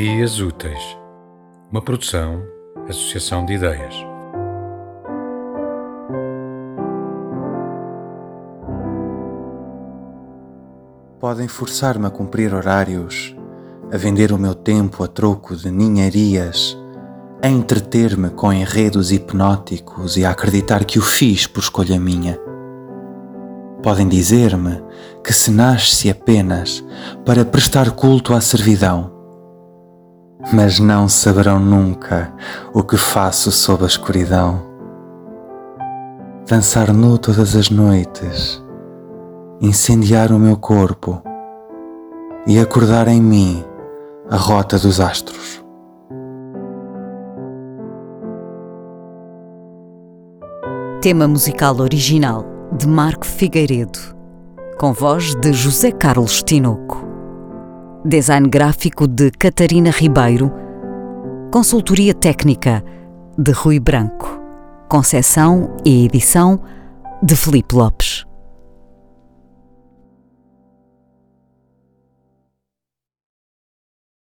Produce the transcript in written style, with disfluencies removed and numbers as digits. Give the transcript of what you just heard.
Dias Úteis, uma produção, associação de ideias. Podem forçar-me a cumprir horários, a vender o meu tempo a troco de ninharias, a entreter-me com enredos hipnóticos e a acreditar que o fiz por escolha minha. Podem dizer-me que se nasce apenas para prestar culto à servidão, mas não saberão nunca o que faço sob a escuridão. Dançar nu todas as noites, incendiar o meu corpo e acordar em mim a rota dos astros. Tema musical original de Marco Figueiredo, com voz de José Carlos Tinoco. Design gráfico de Catarina Ribeiro. Consultoria técnica de Rui Branco. Conceção e edição de Filipe Lopes.